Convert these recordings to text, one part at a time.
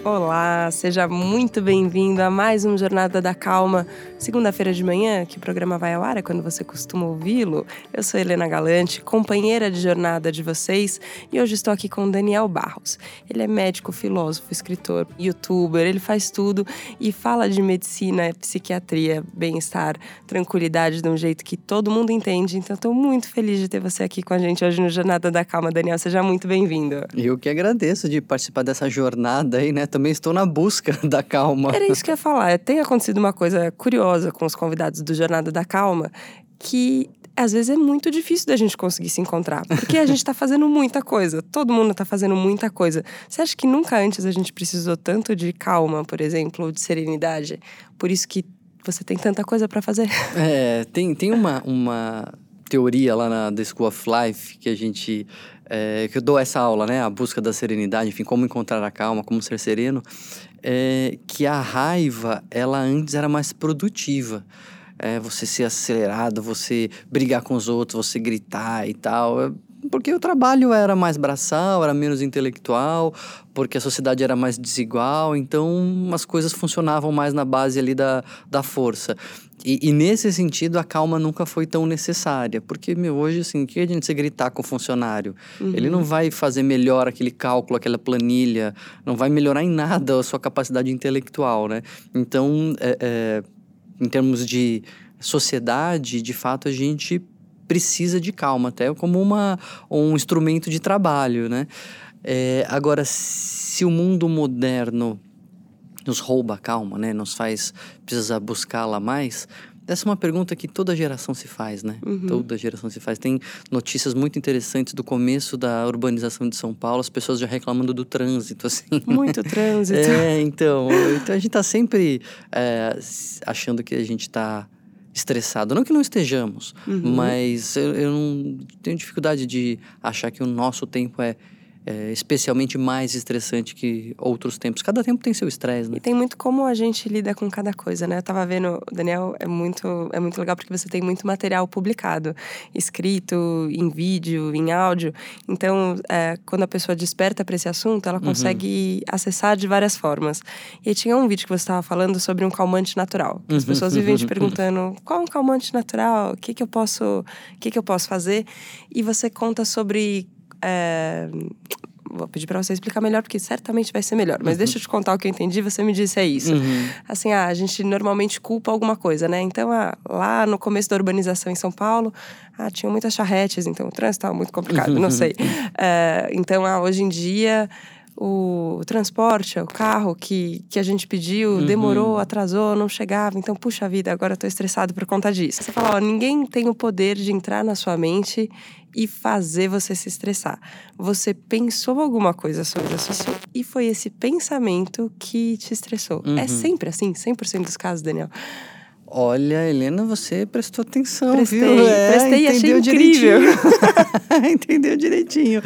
Olá, seja muito bem-vindo a mais um Jornada da Calma. Segunda-feira de manhã, que o programa vai ao ar é quando você costuma ouvi-lo. Eu sou Helena Galante, companheira de jornada de vocês, e hoje estou aqui com Daniel Barros. Ele é médico, filósofo, escritor, youtuber, ele faz tudo e fala de medicina, psiquiatria, bem-estar, tranquilidade de um jeito que todo mundo entende. Então, estou muito feliz de ter você aqui com a gente hoje no Jornada da Calma. Daniel, seja muito bem-vindo. Eu que agradeço de participar dessa jornada aí, né? Também estou na busca da calma. Era isso que eu ia falar. Tem acontecido uma coisa curiosa com os convidados do Jornada da Calma, que às vezes é muito difícil da gente conseguir se encontrar, porque a gente tá fazendo muita coisa, todo mundo tá fazendo muita coisa. Você acha que nunca antes a gente precisou tanto de calma, por exemplo, ou de serenidade? Por isso que você tem tanta coisa pra fazer? Tem uma teoria lá na The School of Life que a gente... que eu dou essa aula, né? A busca da serenidade, enfim, como encontrar a calma, como ser sereno. Que a raiva, ela antes era mais produtiva. Você ser acelerado, você brigar com os outros, você gritar e tal. Porque o trabalho era mais braçal, era menos intelectual, porque a sociedade era mais desigual, então as coisas funcionavam mais na base ali da força. E nesse sentido, a calma nunca foi tão necessária, porque, hoje, assim, o que adianta você gritar com o funcionário? Uhum. Ele não vai fazer melhor aquele cálculo, aquela planilha, não vai melhorar em nada a sua capacidade intelectual, né? Então, em termos de sociedade, de fato, a gente precisa de calma, até como um instrumento de trabalho, né? Agora, se o mundo moderno nos rouba a calma, né? Nos faz precisar buscá-la mais. Essa é uma pergunta que toda geração se faz, né? Uhum. Toda geração se faz. Tem notícias muito interessantes do começo da urbanização de São Paulo, as pessoas já reclamando do trânsito, assim. Muito trânsito. Então a gente tá sempre achando que a gente tá estressado. Não que não estejamos, mas eu não tenho dificuldade de achar que o nosso tempo é especialmente mais estressante que outros tempos. Cada tempo tem seu estresse, né? E tem muito como a gente lida com cada coisa, né? Eu tava vendo, Daniel, é muito legal porque você tem muito material publicado, escrito, em vídeo, em áudio. Então, quando a pessoa desperta para esse assunto, ela consegue acessar de várias formas. E aí tinha um vídeo que você estava falando sobre um calmante natural. As pessoas vivem te perguntando, qual é um calmante natural? O que eu posso fazer? E você conta sobre... Vou pedir pra você explicar melhor, porque certamente vai ser melhor. Mas deixa eu te contar o que eu entendi, você me disse isso. Assim, a gente normalmente culpa alguma coisa, né? Então, lá no começo da urbanização em São Paulo, tinham muitas charretes, então o trânsito estava muito complicado, não sei. Então, hoje em dia... O transporte, o carro que a gente pediu, demorou, atrasou, não chegava. Então, puxa vida, agora eu tô estressado por conta disso. Você fala, ninguém tem o poder de entrar na sua mente e fazer você se estressar. Você pensou alguma coisa sobre isso e foi esse pensamento que te estressou. É sempre assim, 100% dos casos, Daniel. Olha, Helena, você prestou atenção, prestei, viu? Prestei e achei incrível. Entendeu direitinho.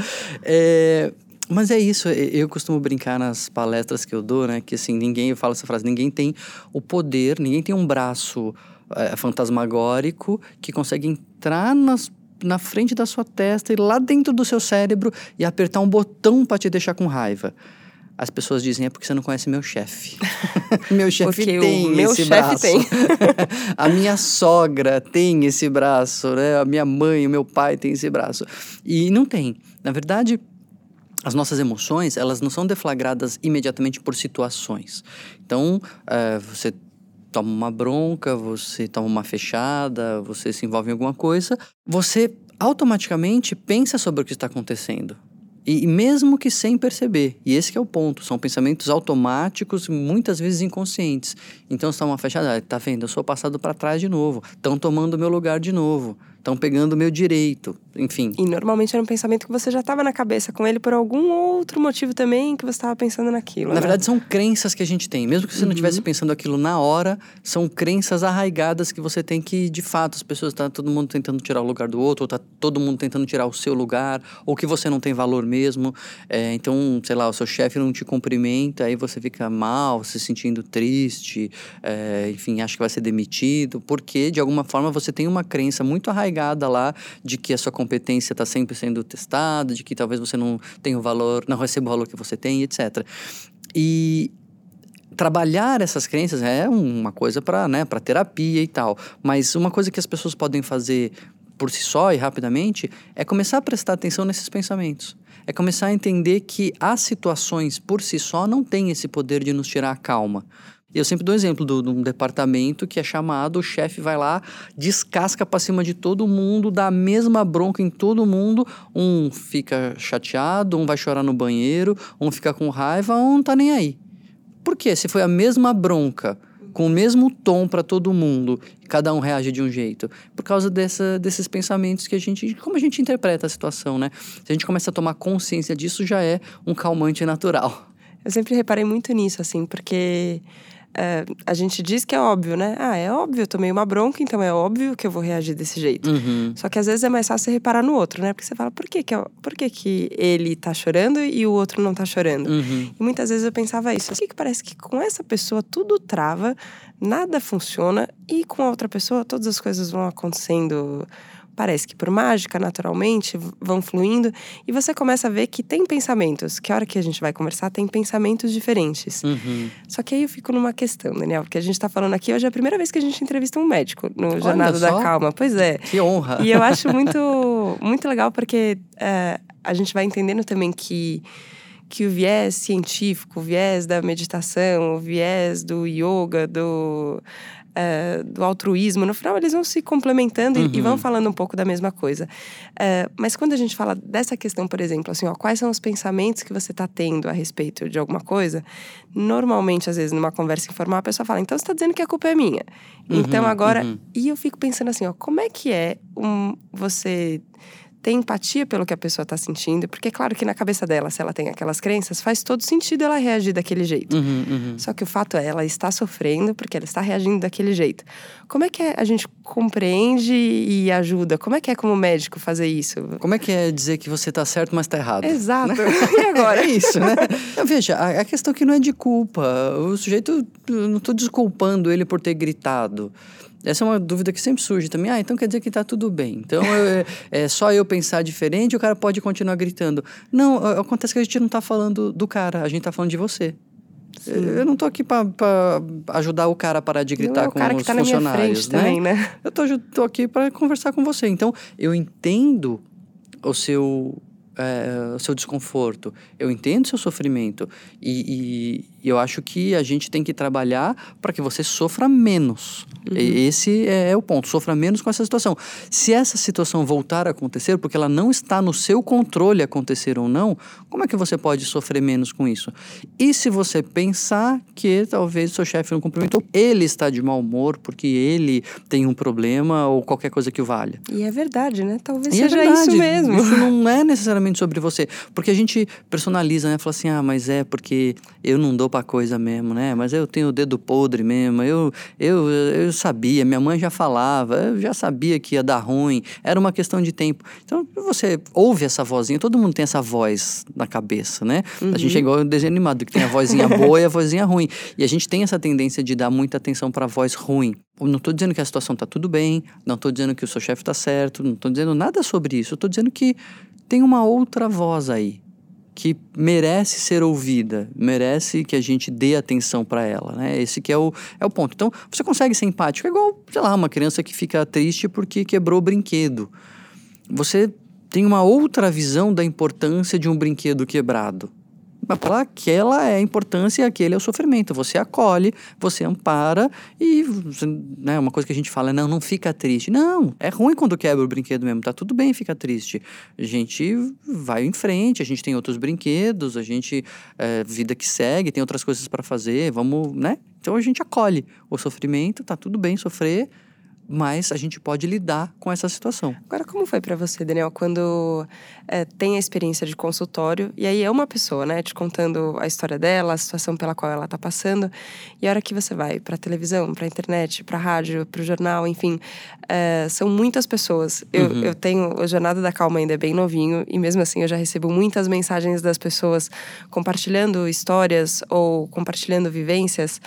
Mas é isso, eu costumo brincar nas palestras que eu dou, né? Que assim, eu falo essa frase, ninguém tem o poder, ninguém tem um braço fantasmagórico que consegue entrar na frente da sua testa e lá dentro do seu cérebro e apertar um botão para te deixar com raiva. As pessoas dizem, é porque você não conhece meu chefe. Meu chefe tem esse braço. Tem. A minha sogra tem esse braço, né? A minha mãe, o meu pai tem esse braço. E não tem. Na verdade... As nossas emoções, elas não são deflagradas imediatamente por situações. Então, você toma uma bronca, você toma uma fechada, você se envolve em alguma coisa, você automaticamente pensa sobre o que está acontecendo. E mesmo que sem perceber. E esse que é o ponto. São pensamentos automáticos, muitas vezes inconscientes. Então, você toma uma fechada, tá vendo? Eu sou passado para trás de novo. Estão tomando o meu lugar de novo. Estão pegando o meu direito, enfim. E normalmente era um pensamento que você já estava na cabeça com ele por algum outro motivo também que você estava pensando naquilo, Na verdade, são crenças que a gente tem. Mesmo que você não estivesse pensando aquilo na hora, são crenças arraigadas que você tem que, de fato, as pessoas, tá todo mundo tentando tirar o lugar do outro, ou tá todo mundo tentando tirar o seu lugar, ou que você não tem valor mesmo. Então, sei lá, o seu chefe não te cumprimenta, aí você fica mal, se sentindo triste, enfim, acha que vai ser demitido, porque, de alguma forma, você tem uma crença muito arraigada lá de que a sua competência está sempre sendo testada, de que talvez você não tenha o valor, não receba o valor que você tem, etc. E trabalhar essas crenças é uma coisa para, né, para terapia e tal. Mas uma coisa que as pessoas podem fazer por si só e rapidamente é começar a prestar atenção nesses pensamentos. É começar a entender que as situações por si só não têm esse poder de nos tirar a calma. Eu sempre dou exemplo de um departamento que é chamado, o chefe vai lá, descasca pra cima de todo mundo, dá a mesma bronca em todo mundo, um fica chateado, um vai chorar no banheiro, um fica com raiva, um não tá nem aí. Por quê? Se foi a mesma bronca, com o mesmo tom para todo mundo, cada um reage de um jeito. Por causa desses pensamentos que como a gente interpreta a situação, né? Se a gente começa a tomar consciência disso, já é um calmante natural. Eu sempre reparei muito nisso, assim, porque a gente diz que é óbvio, né? É óbvio, eu tomei uma bronca, então é óbvio que eu vou reagir desse jeito. Uhum. Só que às vezes é mais fácil você reparar no outro, né? Porque você fala, por que que ele tá chorando e o outro não tá chorando? Uhum. E muitas vezes eu pensava isso. Por que parece que com essa pessoa tudo trava, nada funciona, e com a outra pessoa todas as coisas vão acontecendo... Parece que por mágica, naturalmente, vão fluindo. E você começa a ver que tem pensamentos. Que a hora que a gente vai conversar, tem pensamentos diferentes. Uhum. Só que aí eu fico numa questão, Daniel. Porque a gente tá falando aqui, hoje é a primeira vez que a gente entrevista um médico no Jornada da Calma. Pois é. Que honra! E eu acho muito legal porque a gente vai entendendo também que o viés científico, o viés da meditação, o viés do yoga, do altruísmo, no final eles vão se complementando e vão falando um pouco da mesma coisa. Mas quando a gente fala dessa questão, por exemplo, assim, quais são os pensamentos que você está tendo a respeito de alguma coisa, normalmente, às vezes, numa conversa informal, a pessoa fala, então você está dizendo que a culpa é minha. Então agora... E eu fico pensando assim, como é que é você... ter empatia pelo que a pessoa está sentindo, porque é claro que na cabeça dela, se ela tem aquelas crenças, faz todo sentido ela reagir daquele jeito. Só que o fato é, ela está sofrendo porque ela está reagindo daquele jeito. Como é que a gente compreende e ajuda? Como é que é como médico fazer isso? Como é que é dizer que você está certo, mas está errado? Exato. E agora? É isso, né? Veja, a questão aqui não é de culpa. O sujeito, eu não estou desculpando ele por ter gritado. Essa é uma dúvida que sempre surge também. Então quer dizer que tá tudo bem. Então, é só eu pensar diferente e o cara pode continuar gritando. Não, acontece que a gente não tá falando do cara, a gente tá falando de você. Sim. Eu não tô aqui pra ajudar o cara a parar de gritar com os funcionários, não é o cara que tá na minha frente também, né? Eu tô aqui pra conversar com você. Então, eu entendo o seu desconforto, eu entendo o seu sofrimento e eu acho que a gente tem que trabalhar para que você sofra menos. Esse é o ponto, sofra menos com essa situação. Se essa situação voltar a acontecer, porque ela não está no seu controle acontecer ou não, como é que você pode sofrer menos com isso? E se você pensar que talvez o seu chefe não cumprimentou, ele está de mau humor porque ele tem um problema ou qualquer coisa que o valha. E é verdade, né? Talvez seja isso mesmo. Isso não é necessariamente sobre você, porque a gente personaliza, né? Fala assim, mas é porque eu não dou pra coisa mesmo, né? Mas eu tenho o dedo podre mesmo, eu sabia, minha mãe já falava, eu já sabia que ia dar ruim, era uma questão de tempo. Então, você ouve essa vozinha, todo mundo tem essa voz na cabeça, né? A gente é igual o desenho animado, que tem a vozinha boa e a vozinha ruim. E a gente tem essa tendência de dar muita atenção pra voz ruim. Eu não tô dizendo que a situação tá tudo bem, não tô dizendo que o seu chefe tá certo, não tô dizendo nada sobre isso, eu tô dizendo que tem uma outra voz aí, que merece ser ouvida, merece que a gente dê atenção para ela, né? Esse que é o ponto. Então, você consegue ser empático, é igual, sei lá, uma criança que fica triste porque quebrou o brinquedo. Você tem uma outra visão da importância de um brinquedo quebrado. Para aquela é a importância e aquele é o sofrimento. Você acolhe, você ampara e, né, uma coisa que a gente fala, não fica triste. Não, é ruim quando quebra o brinquedo mesmo, tá tudo bem ficar triste. A gente vai em frente, a gente tem outros brinquedos, a gente, vida que segue, tem outras coisas para fazer, vamos, né? Então a gente acolhe o sofrimento, tá tudo bem sofrer, mas a gente pode lidar com essa situação. Agora, como foi pra você, Daniel, quando tem a experiência de consultório, e aí é uma pessoa, né, te contando a história dela, a situação pela qual ela tá passando, e a hora que você vai pra televisão, pra internet, pra rádio, pro jornal, enfim, são muitas pessoas. Eu tenho, o Jornada da Calma ainda é bem novinho, e mesmo assim eu já recebo muitas mensagens das pessoas compartilhando histórias ou compartilhando vivências,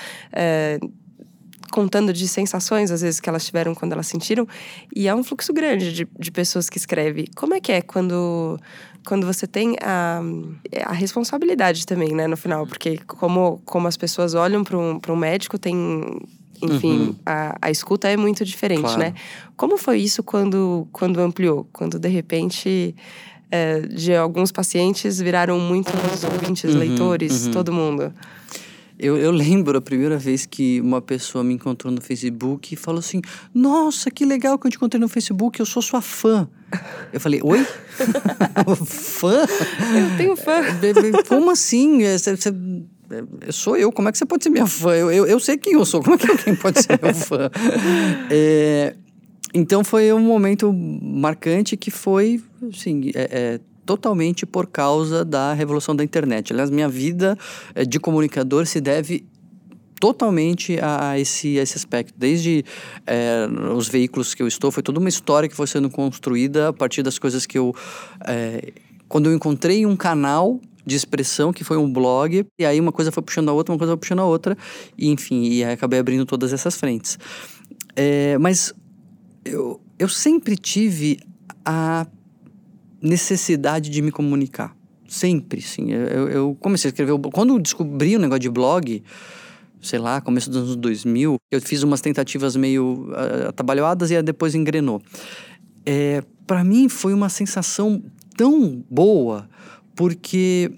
contando de sensações, às vezes, que elas tiveram quando elas sentiram. E é um fluxo grande de pessoas que escrevem. Como é que é quando quando você tem a responsabilidade também, né, no final. Porque como as pessoas olham para um médico, tem... Enfim, a escuta é muito diferente, Claro. né? Como foi isso quando ampliou? Quando, de repente, de alguns pacientes viraram muitos ouvintes, leitores, todo mundo? Eu lembro a primeira vez que uma pessoa me encontrou no Facebook e falou assim: nossa, que legal que eu te encontrei no Facebook, eu sou sua fã. Eu falei: oi? Fã? Eu tenho fã. Como assim? Sou eu, como é que você pode ser minha fã? Eu sei quem eu sou, como é que alguém pode ser meu fã? Então foi um momento marcante que foi, assim, totalmente por causa da revolução da internet. Aliás, minha vida de comunicador se deve totalmente a esse aspecto. Desde os veículos que eu estou, foi toda uma história que foi sendo construída a partir das coisas que eu... quando eu encontrei um canal de expressão, que foi um blog, e aí uma coisa foi puxando a outra, uma coisa foi puxando a outra, e enfim, e aí acabei abrindo todas essas frentes. Mas eu sempre tive a necessidade de me comunicar. Sempre, sim. Eu comecei a escrever... Quando eu descobri o negócio de blog, sei lá, começo dos anos 2000, eu fiz umas tentativas meio atabalhoadas e depois engrenou. Para mim foi uma sensação tão boa, porque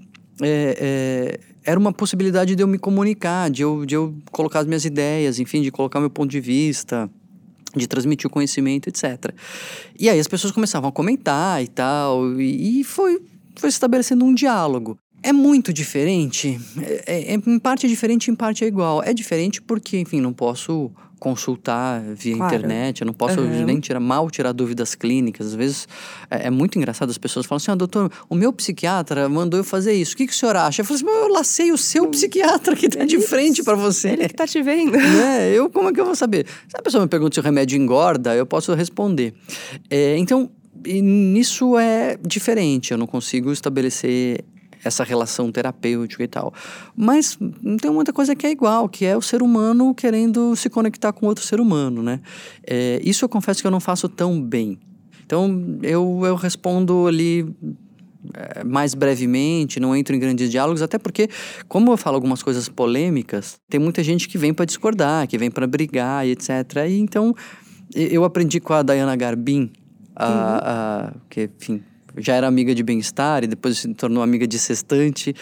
era uma possibilidade de eu me comunicar, de eu colocar as minhas ideias, enfim, de colocar meu ponto de vista, de transmitir o conhecimento, etc. E aí as pessoas começavam a comentar e tal, e foi se estabelecendo um diálogo. É muito diferente, em parte é diferente, em parte é igual. É diferente porque, enfim, não posso consultar via internet, eu não posso nem mal tirar dúvidas clínicas. Às vezes é muito engraçado, as pessoas falam assim: doutor, o meu psiquiatra mandou eu fazer isso, o que o senhor acha? Eu falo assim: eu lacei o seu psiquiatra que tá de frente para você. Ele que tá te vendo. Como é que eu vou saber? Se a pessoa me pergunta se o remédio engorda, eu posso responder. Então, nisso é diferente, eu não consigo estabelecer essa relação terapêutica e tal. Mas tem muita coisa que é igual, que é o ser humano querendo se conectar com outro ser humano, né? Isso eu confesso que eu não faço tão bem. Então, eu respondo ali mais brevemente, não entro em grandes diálogos, até porque, como eu falo algumas coisas polêmicas, tem muita gente que vem para discordar, que vem para brigar e etc. E então, eu aprendi com a Diana Garbin, que, enfim, já era amiga de Bem-Estar e depois se tornou amiga de Sextante.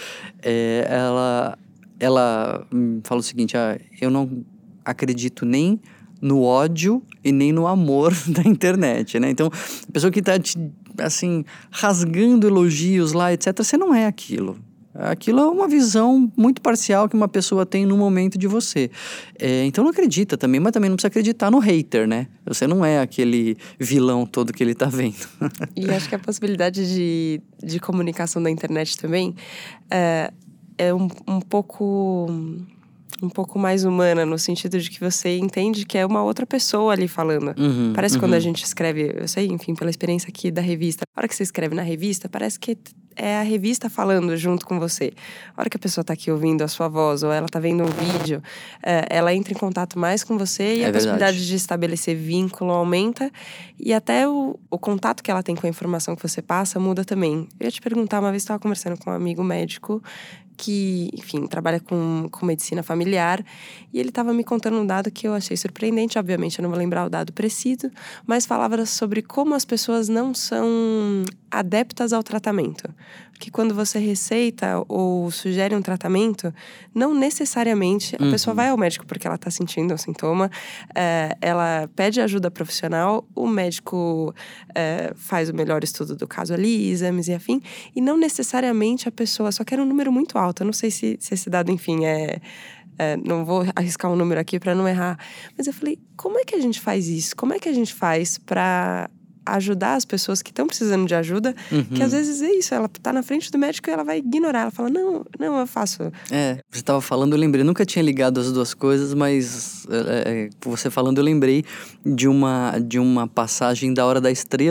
Ela fala o seguinte: eu não acredito nem no ódio e nem no amor da internet, né? Então, a pessoa que está assim, rasgando elogios lá, etc., você não é aquilo. Aquilo é uma visão muito parcial que uma pessoa tem no momento de você. Então não acredita também, mas também não precisa acreditar no hater, né? Você não é aquele vilão todo que ele tá vendo. E acho que a possibilidade de comunicação da internet também é um pouco mais humana, no sentido de que você entende que é uma outra pessoa ali falando. Parece quando a gente escreve, eu sei, enfim, pela experiência aqui da revista. A hora que você escreve na revista, parece que é a revista falando junto com você. A hora que a pessoa tá aqui ouvindo a sua voz, ou ela tá vendo um vídeo, ela entra em contato mais com você e a possibilidade de estabelecer vínculo aumenta. E até o contato que ela tem com a informação que você passa muda também. Eu ia te perguntar, uma vez eu estava conversando com um amigo médico que, enfim, trabalha com medicina familiar, e ele estava me contando um dado que eu achei surpreendente. Obviamente eu não vou lembrar o dado preciso, mas falava sobre como as pessoas não são adeptas ao tratamento. Porque quando você receita ou sugere um tratamento, não necessariamente a pessoa vai ao médico porque ela está sentindo um sintoma, ela pede ajuda profissional, o médico faz o melhor estudo do caso ali, exames e afim, e não necessariamente a pessoa só quer um número muito alto. Eu não sei se esse dado, enfim, não vou arriscar um número aqui para não errar, mas eu falei, como é que a gente faz isso? Como é que a gente faz para ajudar as pessoas que estão precisando de ajuda, que às vezes é isso, ela tá na frente do médico e ela vai ignorar, ela fala, não, eu faço. Você tava falando, eu lembrei, nunca tinha ligado as duas coisas, mas você falando eu lembrei de uma passagem da Hora da Estrela,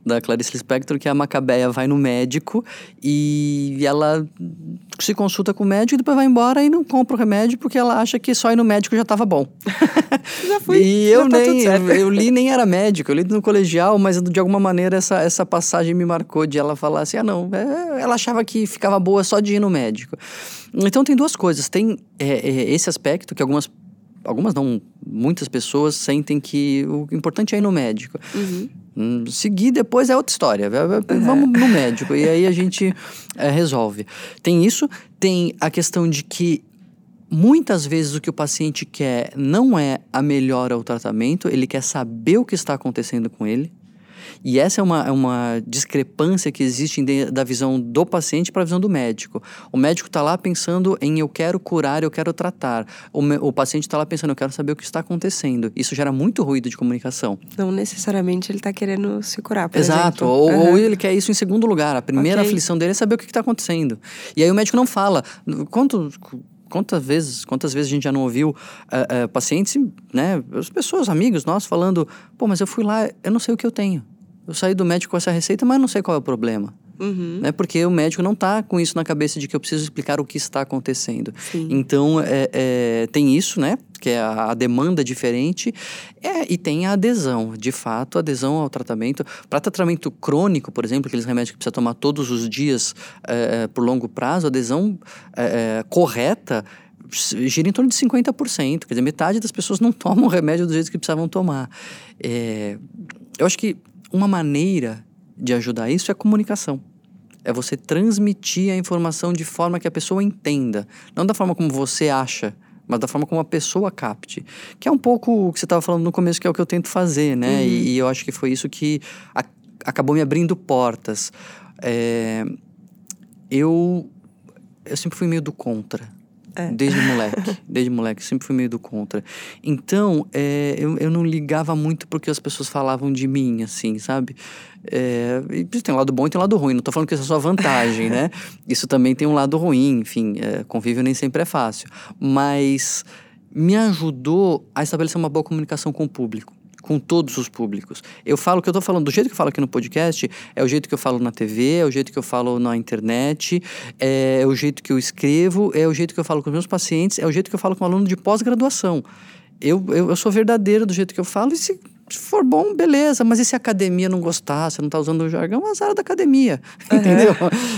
da Clarice Lispector, que a Macabeia vai no médico e ela se consulta com o médico e depois vai embora e não compra o remédio porque ela acha que só ir no médico já estava bom. Já fui. E já tá tudo certo. eu li, nem era médico, eu li no colegial, mas de alguma maneira essa passagem me marcou de ela falar assim, ela achava que ficava boa só de ir no médico. Então tem duas coisas, tem esse aspecto que algumas não, muitas pessoas sentem que o importante é ir no médico. Seguir depois é outra história. Vamos no médico. E aí a gente resolve. Tem isso. Tem a questão de que muitas vezes o que o paciente quer não é a melhora ao tratamento. Ele quer saber o que está acontecendo com ele. E essa é uma discrepância que existe da visão do paciente para a visão do médico. O médico está lá pensando em eu quero curar, eu quero tratar. O paciente está lá pensando, eu quero saber o que está acontecendo. Isso gera muito ruído de comunicação. Não necessariamente ele está querendo se curar, por Exato. exemplo. Ou ele quer isso em segundo lugar. A primeira aflição dele é saber o que está acontecendo. E aí o médico não fala. Quantas vezes a gente já não ouviu pacientes, né, as pessoas, amigos nossos, falando, mas eu fui lá, eu não sei o que eu tenho. Eu saí do médico com essa receita, mas não sei qual é o problema. Né? Porque o médico não está com isso na cabeça de que eu preciso explicar o que está acontecendo. Sim. Então, tem isso, né? Que é a demanda diferente. E tem a adesão. De fato, a adesão ao tratamento. Para tratamento crônico, por exemplo, aqueles remédios que precisa tomar todos os dias por longo prazo, a adesão correta gira em torno de 50%. Quer dizer, metade das pessoas não tomam o remédio do jeito que precisavam tomar. Eu acho que uma maneira de ajudar isso é a comunicação. É você transmitir a informação de forma que a pessoa entenda. Não da forma como você acha, mas da forma como a pessoa capte. Que é um pouco o que você estava falando no começo, que é o que eu tento fazer, né? E eu acho que foi isso que acabou me abrindo portas. Eu sempre fui meio do contra. Desde moleque, sempre fui meio do contra. Então, eu não ligava muito porque as pessoas falavam de mim, assim, sabe? E tem um lado bom e tem um lado ruim. Não tô falando que isso é só vantagem, né? Isso também tem um lado ruim, enfim, convívio nem sempre é fácil. Mas me ajudou a estabelecer uma boa comunicação com o público. Com todos os públicos. Eu falo o que eu tô falando, do jeito que eu falo aqui no podcast, é o jeito que eu falo na TV, é o jeito que eu falo na internet, é o jeito que eu escrevo, é o jeito que eu falo com os meus pacientes, é o jeito que eu falo com um aluno de pós-graduação. Eu sou verdadeiro do jeito que eu falo, e se for bom, beleza, mas e se a academia não gostar, se não tá usando o jargão, azar da academia, entendeu?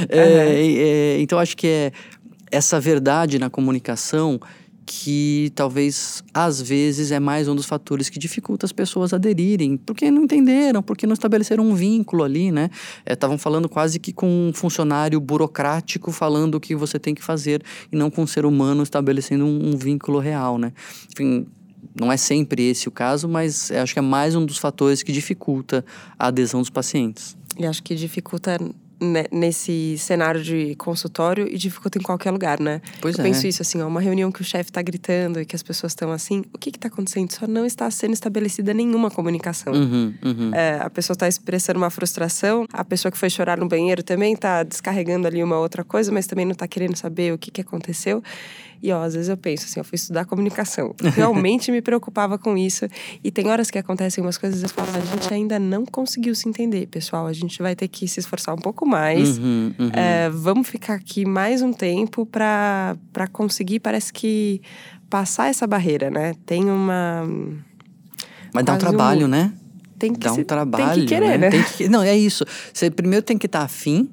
Então, acho que é essa verdade na comunicação que talvez, às vezes, é mais um dos fatores que dificulta as pessoas aderirem, porque não entenderam, porque não estabeleceram um vínculo ali, né? Estavam falando quase que com um funcionário burocrático falando o que você tem que fazer, e não com um ser humano estabelecendo um vínculo real, né? Enfim, não é sempre esse o caso, mas acho que é mais um dos fatores que dificulta a adesão dos pacientes. E acho que dificulta nesse cenário de consultório e dificulta em qualquer lugar, né? Pois eu penso isso, assim, uma reunião que o chefe tá gritando e que as pessoas estão assim, o que tá acontecendo? Só não está sendo estabelecida nenhuma comunicação. A pessoa tá expressando uma frustração, a pessoa que foi chorar no banheiro também tá descarregando ali uma outra coisa, mas também não tá querendo saber o que aconteceu. E, às vezes eu penso assim, eu fui estudar comunicação. Realmente me preocupava com isso. E tem horas que acontecem umas coisas e eu falo, a gente ainda não conseguiu se entender, pessoal. A gente vai ter que se esforçar um pouco mais. Vamos ficar aqui mais um tempo pra conseguir, parece que, passar essa barreira, né? Tem uma... Mas dá um trabalho, né? Tem que dá um trabalho, tem que querer, né? Não, é isso. Você primeiro tem que estar afim,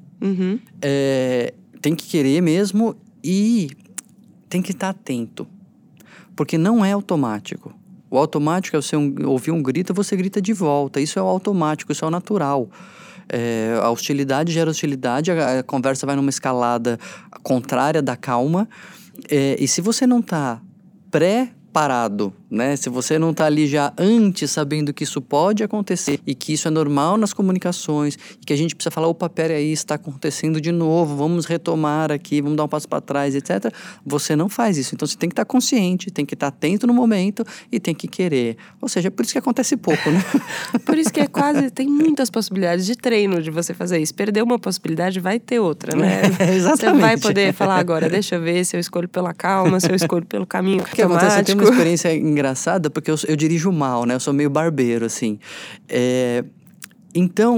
tem que querer mesmo e tem que estar atento. Porque não é automático. O automático é você ouvir um grito, você grita de volta. Isso é o automático, isso é o natural. A hostilidade gera hostilidade, a conversa vai numa escalada contrária da calma. E se você não está preparado, né? Se você não está ali já antes sabendo que isso pode acontecer e que isso é normal nas comunicações e que a gente precisa falar, opa, peraí, está acontecendo de novo, vamos retomar aqui, vamos dar um passo para trás, etc. Você não faz isso. Então, você tem que estar consciente, tem que estar atento no momento e tem que querer. Ou seja, é por isso que acontece pouco, né? Por isso que é quase, tem muitas possibilidades de treino de você fazer isso. Perder uma possibilidade, vai ter outra, né? Exatamente. Você vai poder falar agora, deixa eu ver se eu escolho pela calma, se eu escolho pelo caminho automático. O que acontece? Eu tenho uma experiência engraçada, porque eu dirijo mal, né? Eu sou meio barbeiro, assim. Então,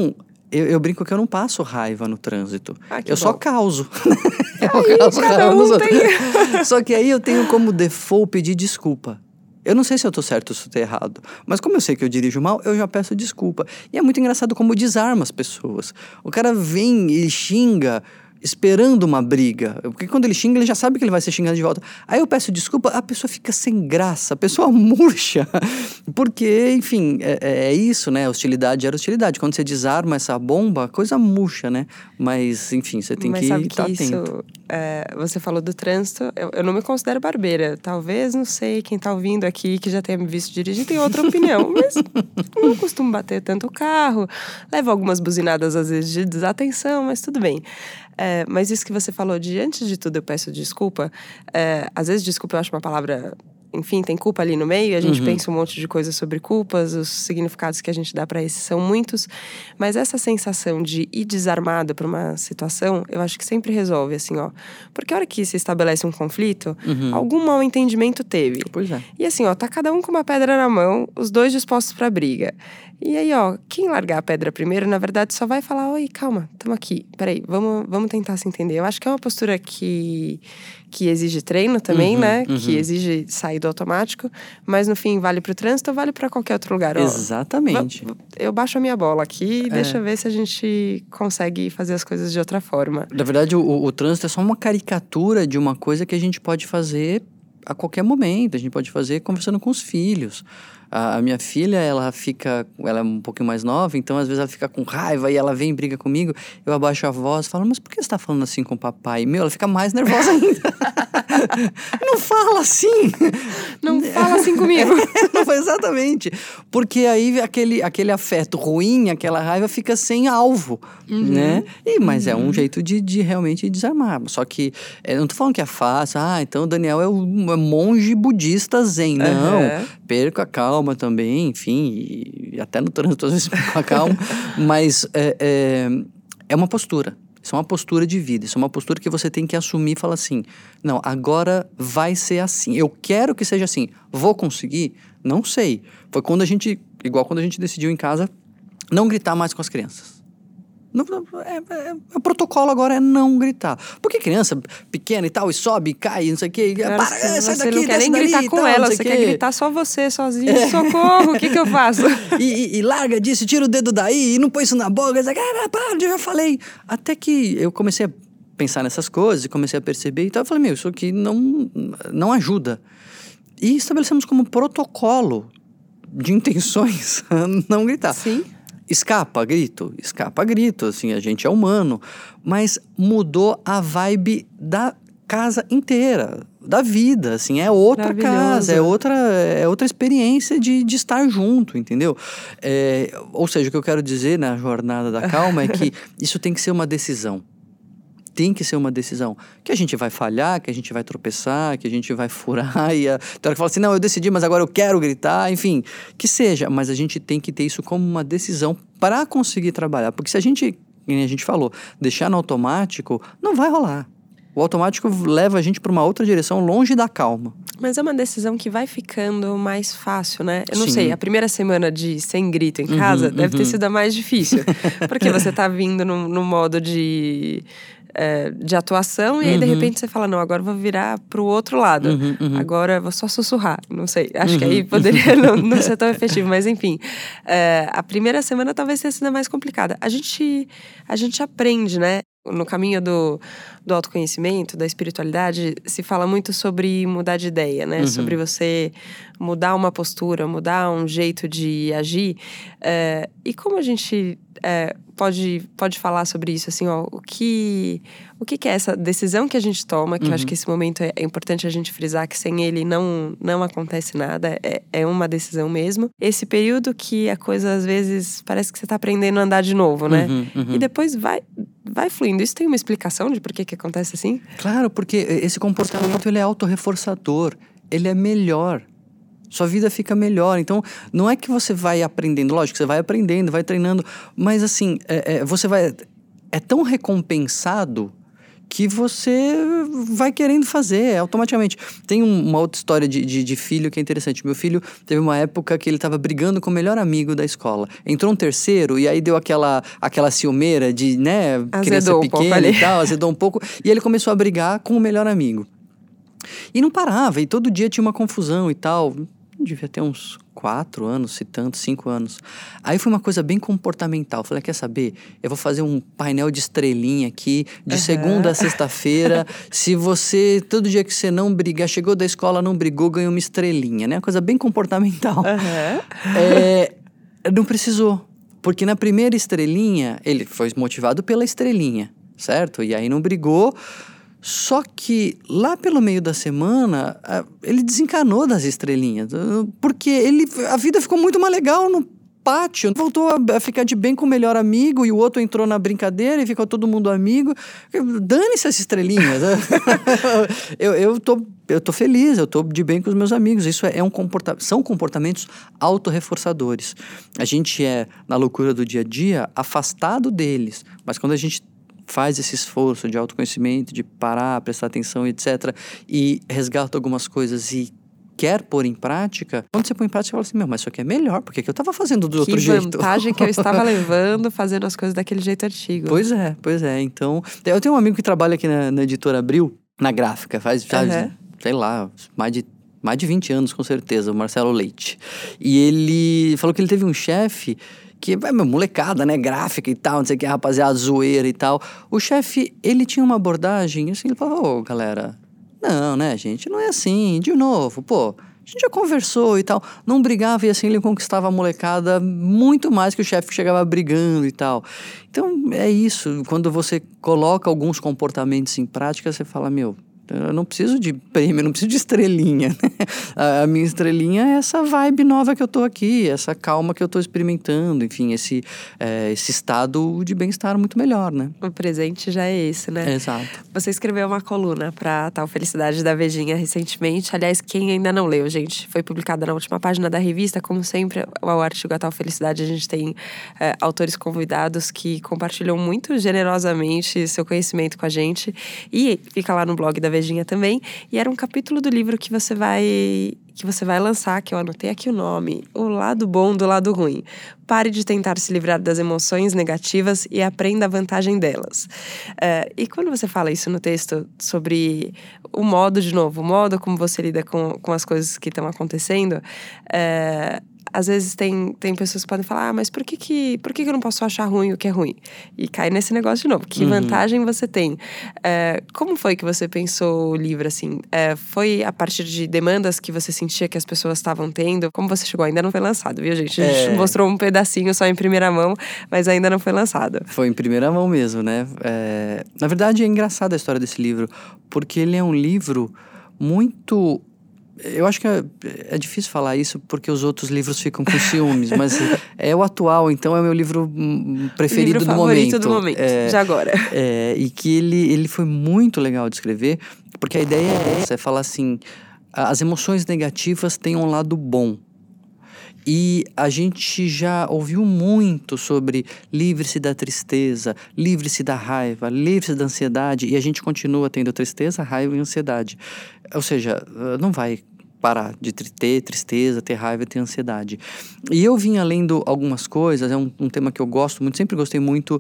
Eu brinco que eu não passo raiva no trânsito. Que eu bom. só causo. Aí, cada um tem... Só que aí eu tenho como default pedir desculpa. Eu não sei se eu tô certo ou se eu tô errado. Mas como eu sei que eu dirijo mal, eu já peço desculpa. E é muito engraçado como desarma as pessoas. O cara vem e xinga esperando uma briga. Porque quando ele xinga, ele já sabe que ele vai ser xingado de volta. Aí eu peço desculpa, a pessoa fica sem graça, a pessoa murcha. Porque, enfim, é isso, né? Hostilidade era hostilidade. Quando você desarma essa bomba, a coisa murcha, né? Mas, enfim, você tem que estar atento. Você falou do trânsito, eu não me considero barbeira. Talvez, não sei, quem tá ouvindo aqui, que já tenha me visto dirigir, tem outra opinião. Mas não costumo bater tanto o carro. Levo algumas buzinadas, às vezes, de desatenção, mas tudo bem. Mas isso que você falou de, antes de tudo, eu peço desculpa. Às vezes, desculpa eu acho uma palavra... Enfim, tem culpa ali no meio, a gente pensa um monte de coisas sobre culpas, os significados que a gente dá para esses são muitos, mas essa sensação de ir desarmado para uma situação, eu acho que sempre resolve, assim, ó. Porque a hora que se estabelece um conflito, algum mal entendimento teve. Pois é. E assim, ó, tá cada um com uma pedra na mão, os dois dispostos pra briga. E aí, ó, quem largar a pedra primeiro, na verdade, só vai falar, oi, calma, tamo aqui, peraí, vamos tentar se entender. Eu acho que é uma postura que exige treino também, né? Que exige sair do automático, mas no fim vale pro trânsito ou vale pra qualquer outro lugar. Exatamente. Eu baixo a minha bola aqui e deixa eu ver se a gente consegue fazer as coisas de outra forma. Na verdade, o trânsito é só uma caricatura de uma coisa que a gente pode fazer a qualquer momento. A gente pode fazer conversando com os filhos. A minha filha, ela é um pouquinho mais nova, então às vezes ela fica com raiva e ela vem e briga comigo, eu abaixo a voz e falo, mas por que você tá falando assim com o papai? Ela fica mais nervosa ainda. Não fala assim! Não fala assim comigo! Não foi exatamente. Porque aí aquele afeto ruim, aquela raiva fica sem alvo, né? Mas é um jeito de realmente desarmar. Só que, eu não tô falando que é fácil, então o Daniel é um monge budista zen. Não, perca a calma também, enfim, e até no trânsito às vezes perca a calma. Mas é uma postura. Isso é uma postura de vida, isso é uma postura que você tem que assumir e falar assim, não, agora vai ser assim, eu quero que seja assim, vou conseguir? Não sei. Foi igual quando a gente decidiu em casa não gritar mais com as crianças. O protocolo agora é não gritar. Porque criança pequena e tal, e sobe, e cai, não sei o quê. Sai daqui, não quer nem gritar com ela, você quer gritar só você, sozinho. Socorro, o que eu faço? E larga disso, tira o dedo daí, e não põe isso na boca. Para, eu já falei. Até que eu comecei a pensar nessas coisas, e comecei a perceber. Então eu falei, isso aqui não ajuda. E estabelecemos como protocolo de intenções não gritar. Sim. Escapa grito, assim, a gente é humano, mas mudou a vibe da casa inteira, da vida, assim, é outra casa, é outra experiência de estar junto, entendeu? Ou seja, o que eu quero dizer na jornada da calma é que isso tem que ser uma decisão. Tem que ser uma decisão. Que a gente vai falhar, que a gente vai tropeçar, que a gente vai furar. Tem hora que fala assim, não, eu decidi, mas agora eu quero gritar. Enfim, que seja. Mas a gente tem que ter isso como uma decisão para conseguir trabalhar. Porque se a gente, como a gente falou, deixar no automático, não vai rolar. O automático leva a gente para uma outra direção, longe da calma. Mas é uma decisão que vai ficando mais fácil, né? Eu não Sim. sei, a primeira semana de sem grito em casa deve ter sido a mais difícil. Porque você tá vindo no modo de atuação e aí de repente você fala, não, agora eu vou virar pro outro lado. Agora eu vou só sussurrar, não sei. Acho que aí poderia não ser tão efetivo, mas enfim. A primeira semana talvez tenha sido a mais complicada. A gente aprende, né? No caminho do autoconhecimento, da espiritualidade, se fala muito sobre mudar de ideia, né? Sobre você mudar uma postura, mudar um jeito de agir. E como a gente pode falar sobre isso, assim, ó, o que é essa decisão que a gente toma, que eu acho que esse momento é importante a gente frisar que sem ele não acontece nada, é uma decisão mesmo. Esse período que a coisa, às vezes, parece que você tá aprendendo a andar de novo, né? E depois vai fluindo. Isso tem uma explicação de por que acontece assim? Claro, porque esse comportamento ele é autorreforçador, ele é melhor. Sua vida fica melhor. Então, não é que você vai aprendendo, lógico, você vai aprendendo, vai treinando, mas assim, você vai... É tão recompensado que você vai querendo fazer automaticamente. Tem uma outra história de filho que é interessante. Meu filho teve uma época que ele estava brigando com o melhor amigo da escola. Entrou um terceiro e aí deu aquela ciumeira de, né, criança pequena e tal, azedou um pouco. E ele começou a brigar com o melhor amigo. E não parava, e todo dia tinha uma confusão e tal. Devia ter uns 4 anos, se tanto, 5 anos. Aí foi uma coisa bem comportamental. Falei, quer saber? Eu vou fazer um painel de estrelinha aqui, de segunda a sexta-feira. Se você, todo dia que você não brigar, chegou da escola, não brigou, ganhou uma estrelinha, né? Uma coisa bem comportamental. Não precisou. Porque na primeira estrelinha, ele foi motivado pela estrelinha, certo? E aí não brigou. Só que lá pelo meio da semana, ele desencanou das estrelinhas, porque a vida ficou muito mais legal no pátio. Voltou a ficar de bem com o melhor amigo e o outro entrou na brincadeira e ficou todo mundo amigo. Dane-se as estrelinhas. eu tô feliz, eu tô de bem com os meus amigos. Isso são comportamentos autorreforçadores. A gente na loucura do dia a dia, afastado deles. Mas quando a gente faz esse esforço de autoconhecimento, de parar, prestar atenção, etc., e resgata algumas coisas e quer pôr em prática, quando você põe em prática, você fala assim, mas isso aqui é melhor, por que eu estava fazendo do outro jeito? Que vantagem que eu estava levando fazendo as coisas daquele jeito antigo. Pois é. Então, eu tenho um amigo que trabalha aqui na Editora Abril, na gráfica, faz, sei lá, mais de 20 anos, com certeza, o Marcelo Leite. E ele falou que ele teve um chefe que é molecada, né, gráfica e tal, não sei o que, rapaziada, zoeira e tal. O chefe, ele tinha uma abordagem, assim, ele falou, galera, não, né, gente, não é assim, de novo, a gente já conversou e tal, não brigava e assim ele conquistava a molecada muito mais que o chefe que chegava brigando e tal. Então, é isso, quando você coloca alguns comportamentos em prática, você fala, eu não preciso de prêmio, eu não preciso de estrelinha, né? A minha estrelinha é essa vibe nova que eu tô aqui, essa calma que eu tô experimentando, enfim, esse estado de bem-estar muito melhor, né? O presente já é esse, né? Exato. Você escreveu uma coluna pra Tal Felicidade da Vejinha recentemente. Aliás, quem ainda não leu, gente, foi publicada na última página da revista. Como sempre, o artigo A Tal Felicidade, a gente tem autores convidados que compartilham muito generosamente seu conhecimento com a gente. E fica lá no blog da Vejinha também, e era um capítulo do livro que você vai lançar, que eu anotei aqui o nome, O Lado Bom do Lado Ruim. Pare de tentar se livrar das emoções negativas e aprenda a vantagem delas. E quando você fala isso no texto sobre o modo como você lida com as coisas que estão acontecendo, às vezes tem pessoas que podem falar, mas por que eu não posso achar ruim o que é ruim? E cai nesse negócio de novo. Que vantagem você tem? Como foi que você pensou o livro, assim? Foi a partir de demandas que você sentia que as pessoas estavam tendo? Como você chegou? Ainda não foi lançado, viu, gente? A gente mostrou um pedacinho só em primeira mão, mas ainda não foi lançado. Foi em primeira mão mesmo, né? Na verdade, é engraçada a história desse livro, porque ele é um livro muito... Eu acho que é difícil falar isso porque os outros livros ficam com ciúmes, mas é o atual, então é o meu livro preferido do momento. Livro favorito do momento, de agora. E que ele foi muito legal de escrever, porque a ideia é essa, é falar assim, as emoções negativas têm um lado bom. E a gente já ouviu muito sobre livre-se da tristeza, livre-se da raiva, livre-se da ansiedade, e a gente continua tendo tristeza, raiva e ansiedade. Ou seja, não vai parar de ter tristeza, ter raiva e ter ansiedade. E eu vinha lendo algumas coisas, é um tema que eu gosto muito, sempre gostei muito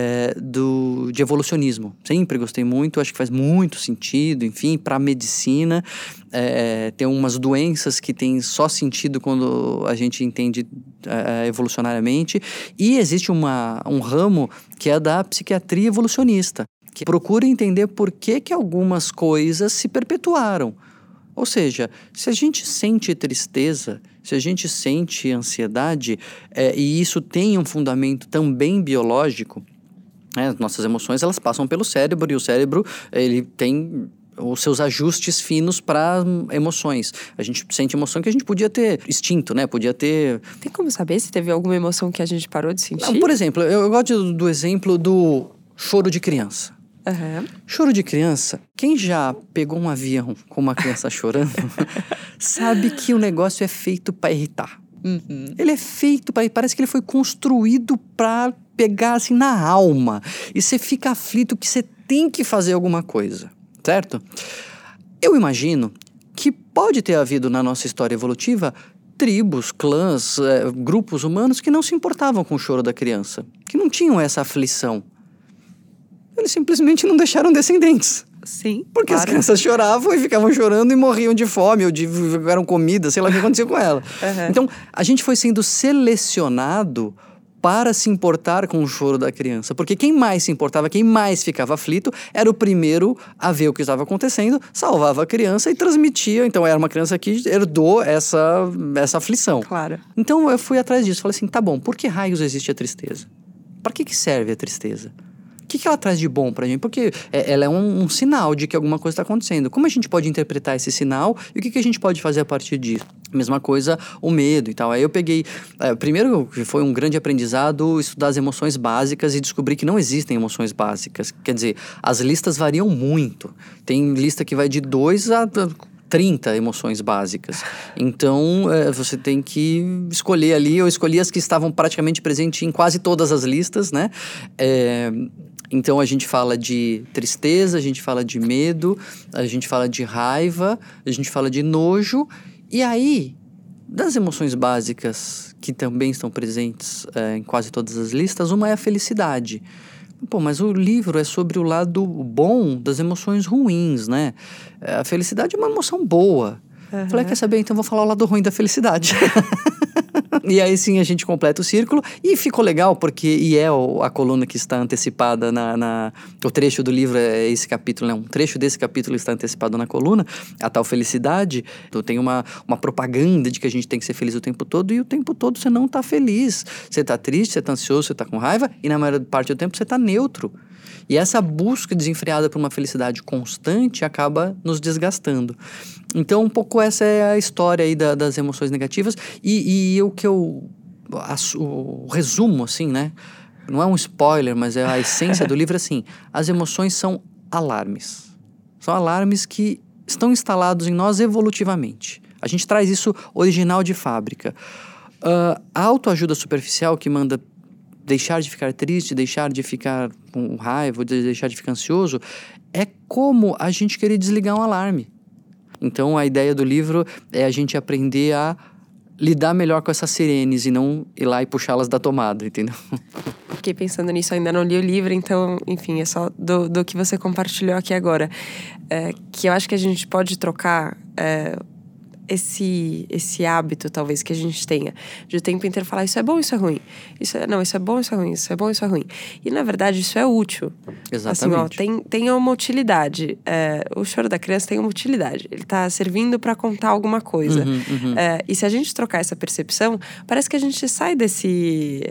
de evolucionismo. Sempre gostei muito, acho que faz muito sentido, enfim, para a medicina. Tem umas doenças que têm só sentido quando a gente entende evolucionariamente. E existe um ramo que é da psiquiatria evolucionista, que procura entender por que algumas coisas se perpetuaram. Ou seja, se a gente sente tristeza, se a gente sente ansiedade, e isso tem um fundamento também biológico, nossas emoções elas passam pelo cérebro, e o cérebro ele tem os seus ajustes finos para emoções. A gente sente emoção que a gente podia ter extinto, né? Podia ter... Tem como saber se teve alguma emoção que a gente parou de sentir? Não, por exemplo, eu gosto do exemplo do choro de criança. Choro de criança, quem já pegou um avião com uma criança chorando, sabe que o negócio é feito para irritar. Ele é feito para... Parece que ele foi construído para pegar assim na alma. E você fica aflito que você tem que fazer alguma coisa, certo? Eu imagino que pode ter havido na nossa história evolutiva tribos, clãs, grupos humanos que não se importavam com o choro da criança, que não tinham essa aflição. Eles simplesmente não deixaram descendentes. Sim, porque claro. As crianças choravam e ficavam chorando e morriam de fome ou eram comida, sei lá o que acontecia com ela. Então, a gente foi sendo selecionado para se importar com o choro da criança. Porque quem mais se importava, quem mais ficava aflito, era o primeiro a ver o que estava acontecendo, salvava a criança e transmitia. Então, era uma criança que herdou essa aflição. Claro. Então, eu fui atrás disso. Falei assim, tá bom, por que raios existe a tristeza? Para que serve a tristeza? O que ela traz de bom pra gente? Porque ela é um sinal de que alguma coisa está acontecendo. Como a gente pode interpretar esse sinal e o que a gente pode fazer a partir disso? Mesma coisa, o medo e tal. Aí eu peguei... primeiro, foi um grande aprendizado estudar as emoções básicas e descobrir que não existem emoções básicas. Quer dizer, as listas variam muito. Tem lista que vai de 2 a 30 emoções básicas. Então, você tem que escolher ali. Eu escolhi as que estavam praticamente presentes em quase todas as listas, né? Então, a gente fala de tristeza, a gente fala de medo, a gente fala de raiva, a gente fala de nojo. E aí, das emoções básicas que também estão presentes em quase todas as listas, uma é a felicidade. Pô, mas o livro é sobre o lado bom das emoções ruins, né? A felicidade é uma emoção boa. Falei, quer saber? Então vou falar o lado ruim da felicidade. E aí sim a gente completa o círculo e ficou legal porque a coluna que está antecipada o trecho do livro é esse capítulo, né? Um trecho desse capítulo está antecipado na coluna, a tal felicidade. Então tem uma propaganda de que a gente tem que ser feliz o tempo todo e o tempo todo você não está feliz. Você está triste, você está ansioso, você está com raiva e na maior parte do tempo você está neutro. E essa busca desenfreada por uma felicidade constante acaba nos desgastando. Então, um pouco essa é a história aí das emoções negativas. E o resumo, assim, né? Não é um spoiler, mas é a essência do livro, assim. As emoções são alarmes. São alarmes que estão instalados em nós evolutivamente. A gente traz isso original de fábrica. A autoajuda superficial que manda deixar de ficar triste, deixar de ficar com raiva, deixar de ficar ansioso, é como a gente querer desligar um alarme. Então, a ideia do livro é a gente aprender a lidar melhor com essas sirenes e não ir lá e puxá-las da tomada, entendeu? Fiquei pensando nisso, ainda não li o livro, então, enfim, é só do que você compartilhou aqui agora. Que eu acho que a gente pode trocar... esse hábito, talvez, que a gente tenha, de o tempo inteiro falar isso é bom, isso é ruim. Isso é bom, isso é ruim. Isso é bom, isso é ruim. E, na verdade, isso é útil. Exatamente. Assim, tem uma utilidade. O choro da criança tem uma utilidade. Ele tá servindo para contar alguma coisa. E se a gente trocar essa percepção, parece que a gente sai desse...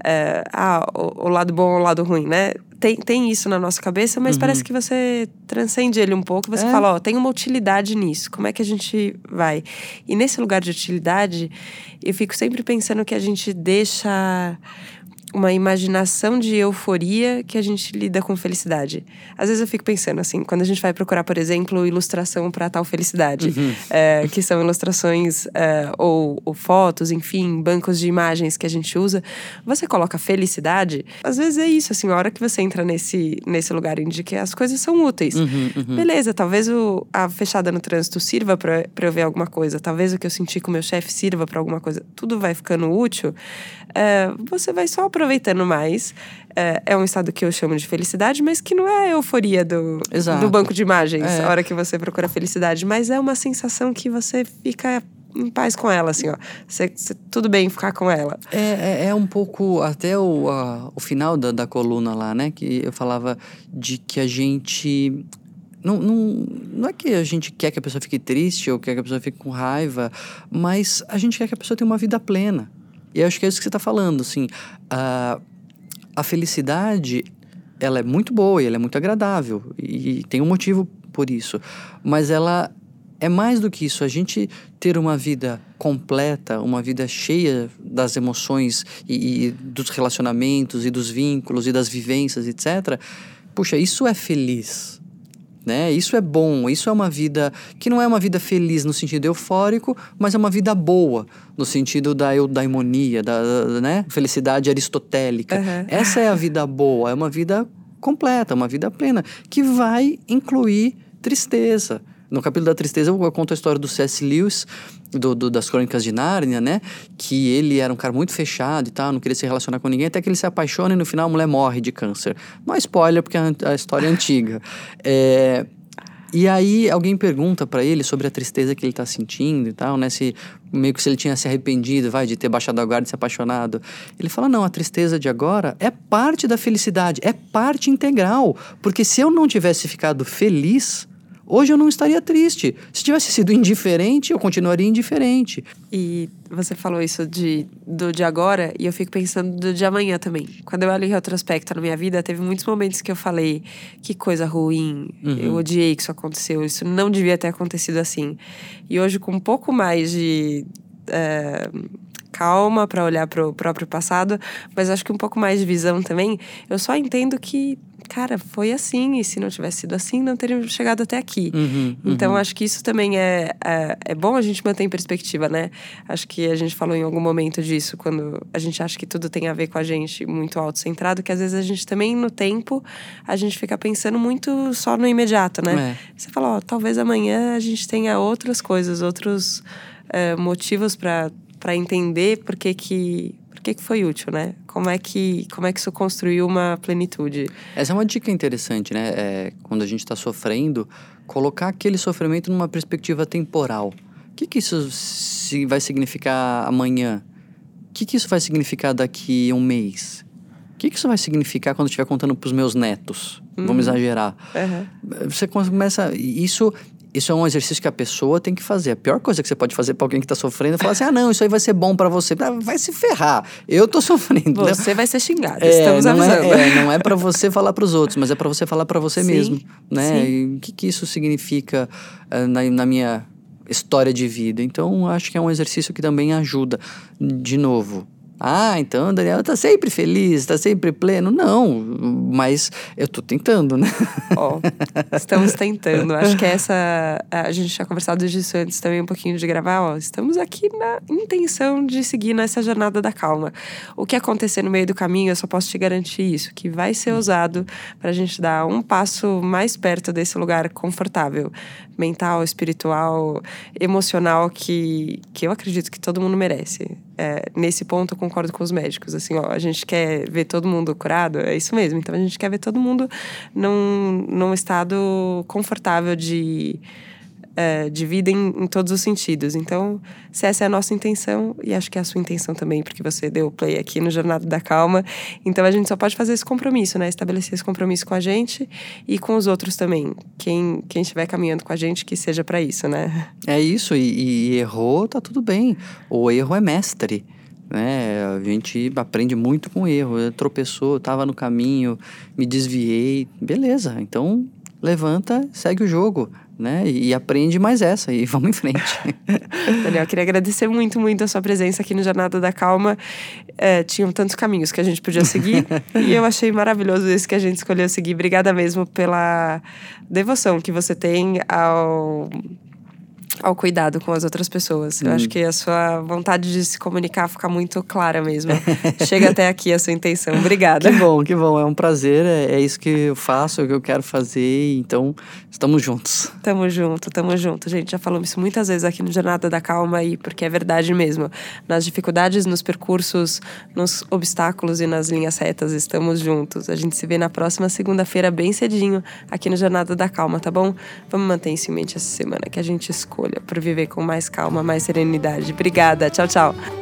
o lado bom ou o lado ruim, né? Tem isso na nossa cabeça, mas parece que você transcende ele um pouco. Você fala, tem uma utilidade nisso. Como é que a gente vai? E nesse lugar de utilidade, eu fico sempre pensando que a gente deixa uma imaginação de euforia que a gente lida com felicidade. Às vezes eu fico pensando assim, quando a gente vai procurar, por exemplo, ilustração para tal felicidade, que são ilustrações ou fotos, enfim, bancos de imagens que a gente usa, você coloca felicidade, às vezes é isso, assim, a hora que você entra nesse lugar em que as coisas são úteis. Beleza, talvez a fechada no trânsito sirva para eu ver alguma coisa, talvez o que eu senti com o meu chefe sirva para alguma coisa, tudo vai ficando útil, você vai só aproveitando mais. É um estado que eu chamo de felicidade, mas que não é a euforia do banco de imagens, a hora que você procura felicidade, mas é uma sensação que você fica em paz com ela, assim, ó. Tudo bem ficar com ela. É um pouco, até o final da coluna lá, né, que eu falava de que a gente... Não é que a gente quer que a pessoa fique triste ou quer que a pessoa fique com raiva, mas a gente quer que a pessoa tenha uma vida plena. E eu acho que é isso que você está falando, assim, a felicidade, ela é muito boa e ela é muito agradável, e tem um motivo por isso, mas ela é mais do que isso. A gente ter uma vida completa, uma vida cheia das emoções e dos relacionamentos e dos vínculos e das vivências, etc., puxa, isso é feliz. Né? Isso é bom, isso é uma vida que não é uma vida feliz no sentido eufórico, mas é uma vida boa, no sentido da eudaimonia, né? Felicidade aristotélica. Essa é a vida boa, é uma vida completa, uma vida plena, que vai incluir tristeza. No capítulo da tristeza eu conto a história do C.S. Lewis, das Crônicas de Nárnia, né? Que ele era um cara muito fechado e tal, não queria se relacionar com ninguém, até que ele se apaixona e no final a mulher morre de câncer. Não é spoiler, porque a história é antiga. E aí alguém pergunta pra ele sobre a tristeza que ele tá sentindo e tal, né? Meio que se ele tinha se arrependido, de ter baixado a guarda e se apaixonado. Ele fala, não, a tristeza de agora é parte da felicidade, é parte integral. Porque se eu não tivesse ficado feliz, hoje eu não estaria triste. Se tivesse sido indiferente, eu continuaria indiferente. E você falou isso do de agora, e eu fico pensando do de amanhã também. Quando eu olho em retrospecto na minha vida, teve muitos momentos que eu falei, que coisa ruim, eu odiei que isso aconteceu, isso não devia ter acontecido assim. E hoje, com um pouco mais de calma para olhar para o próprio passado, mas acho que um pouco mais de visão também, eu só entendo que, cara, foi assim, e se não tivesse sido assim, não teríamos chegado até aqui. Então, acho que isso também é bom a gente manter em perspectiva, né? Acho que a gente falou em algum momento disso, quando a gente acha que tudo tem a ver com a gente, muito autocentrado, que às vezes a gente também, no tempo, a gente fica pensando muito só no imediato, né? Você fala, talvez amanhã a gente tenha outras coisas, outros motivos para entender por que foi útil, né? Como é que isso construiu uma plenitude? Essa é uma dica interessante, né? Quando a gente está sofrendo, colocar aquele sofrimento numa perspectiva temporal. O que isso vai significar amanhã? O que isso vai significar daqui a um mês? O que isso vai significar quando eu estiver contando para os meus netos? Vamos exagerar. Você começa... Isso é um exercício que a pessoa tem que fazer. A pior coisa que você pode fazer pra alguém que tá sofrendo é falar assim, não, isso aí vai ser bom pra você. Vai se ferrar. Eu tô sofrendo. Você vai ser xingado, estamos avisando. Não é pra você falar pros outros, mas é pra você falar pra você mesmo. Né? E o que isso significa na minha história de vida? Então, acho que é um exercício que também ajuda. De novo... então o Daniel tá sempre feliz, tá sempre pleno. Não, mas eu tô tentando, né? Estamos tentando. Acho que a gente tinha conversado disso antes também um pouquinho de gravar. Estamos aqui na intenção de seguir nessa jornada da calma. O que acontecer no meio do caminho, eu só posso te garantir isso, que vai ser usado pra gente dar um passo mais perto desse lugar confortável, mental, espiritual, emocional, que eu acredito que todo mundo merece. Nesse ponto eu concordo com os médicos, assim, a gente quer ver todo mundo curado, é isso mesmo, então a gente quer ver todo mundo num estado confortável de vida em todos os sentidos. Então, se essa é a nossa intenção, e acho que é a sua intenção também, porque você deu play aqui no Jornada da Calma, então a gente só pode fazer esse compromisso, né? Estabelecer esse compromisso com a gente e com os outros também. Quem estiver caminhando com a gente, que seja para isso, né? É isso, e errou, tá tudo bem. O erro é mestre, né? A gente aprende muito com o erro. Eu tropeçou, tava no caminho, me desviei, beleza. Então, levanta, segue o jogo, né? E aprende mais essa e vamos em frente. Daniel, eu queria agradecer muito, muito a sua presença aqui no Jornada da Calma. Tinham tantos caminhos que a gente podia seguir e eu achei maravilhoso esse que a gente escolheu seguir. Obrigada mesmo pela devoção que você tem ao cuidado com as outras pessoas. Eu acho que a sua vontade de se comunicar fica muito clara mesmo. Chega até aqui a sua intenção. Obrigada. Que bom. É um prazer. É isso que eu faço, é o que eu quero fazer. Então, estamos juntos. Tamo junto. Gente, já falamos isso muitas vezes aqui no Jornada da Calma aí, porque é verdade mesmo. Nas dificuldades, nos percursos, nos obstáculos e nas linhas retas, estamos juntos. A gente se vê na próxima segunda-feira, bem cedinho, aqui no Jornada da Calma, tá bom? Vamos manter isso em mente essa semana, que a gente escolha para viver com mais calma, mais serenidade. Obrigada. Tchau, tchau.